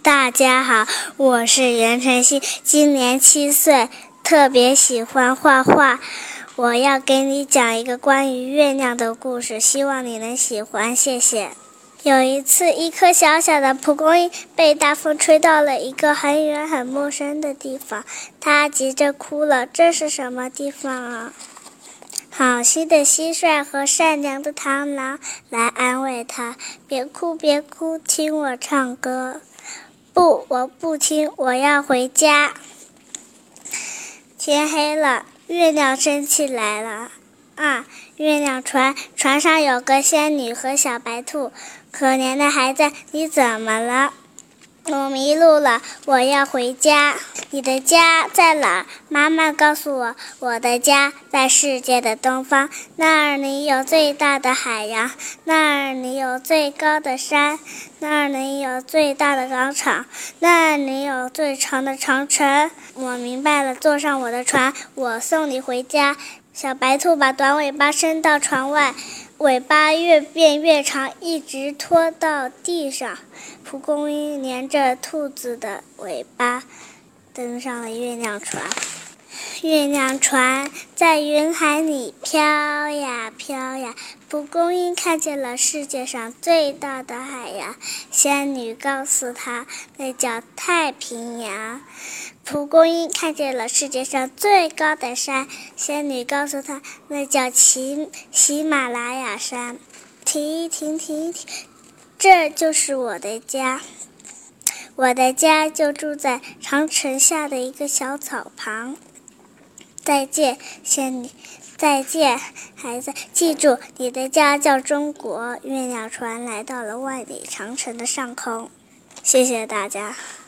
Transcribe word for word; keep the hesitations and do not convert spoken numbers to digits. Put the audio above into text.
大家好，我是袁晨曦，今年七岁，特别喜欢画画。我要给你讲一个关于月亮的故事，希望你能喜欢，谢谢。有一次，一颗小小的蒲公英被大风吹到了一个很远很陌生的地方，它急着哭了，这是什么地方啊？好心的蟋蟀和善良的螳螂来安慰它，别哭别哭，听我唱歌。不，我不听，我要回家。天黑了，月亮升起来了。啊，月亮船，船上有个仙女和小白兔。可怜的孩子，你怎么了？我迷路了，我要回家。你的家在哪儿？妈妈告诉我，我的家在世界的东方，那儿里有最大的海洋，那儿里有最高的山，那儿里有最大的广场，那儿里有最长的长城。我明白了，坐上我的船，我送你回家。小白兔把短尾巴伸到船外，尾巴越变越长，一直拖到地上。蒲公英连着兔子的尾巴登上了月亮船。月亮船在云海里飘呀飘呀，蒲公英看见了世界上最大的海洋，仙女告诉她，那叫太平洋。蒲公英看见了世界上最高的山，仙女告诉她，那叫喜喜马拉雅山。停一停停一停，这就是我的家。我的家就住在长城下的一个小草旁。再见，仙女，再见，孩子，记住，你的家叫中国。月亮船来到了万里长城的上空。谢谢大家。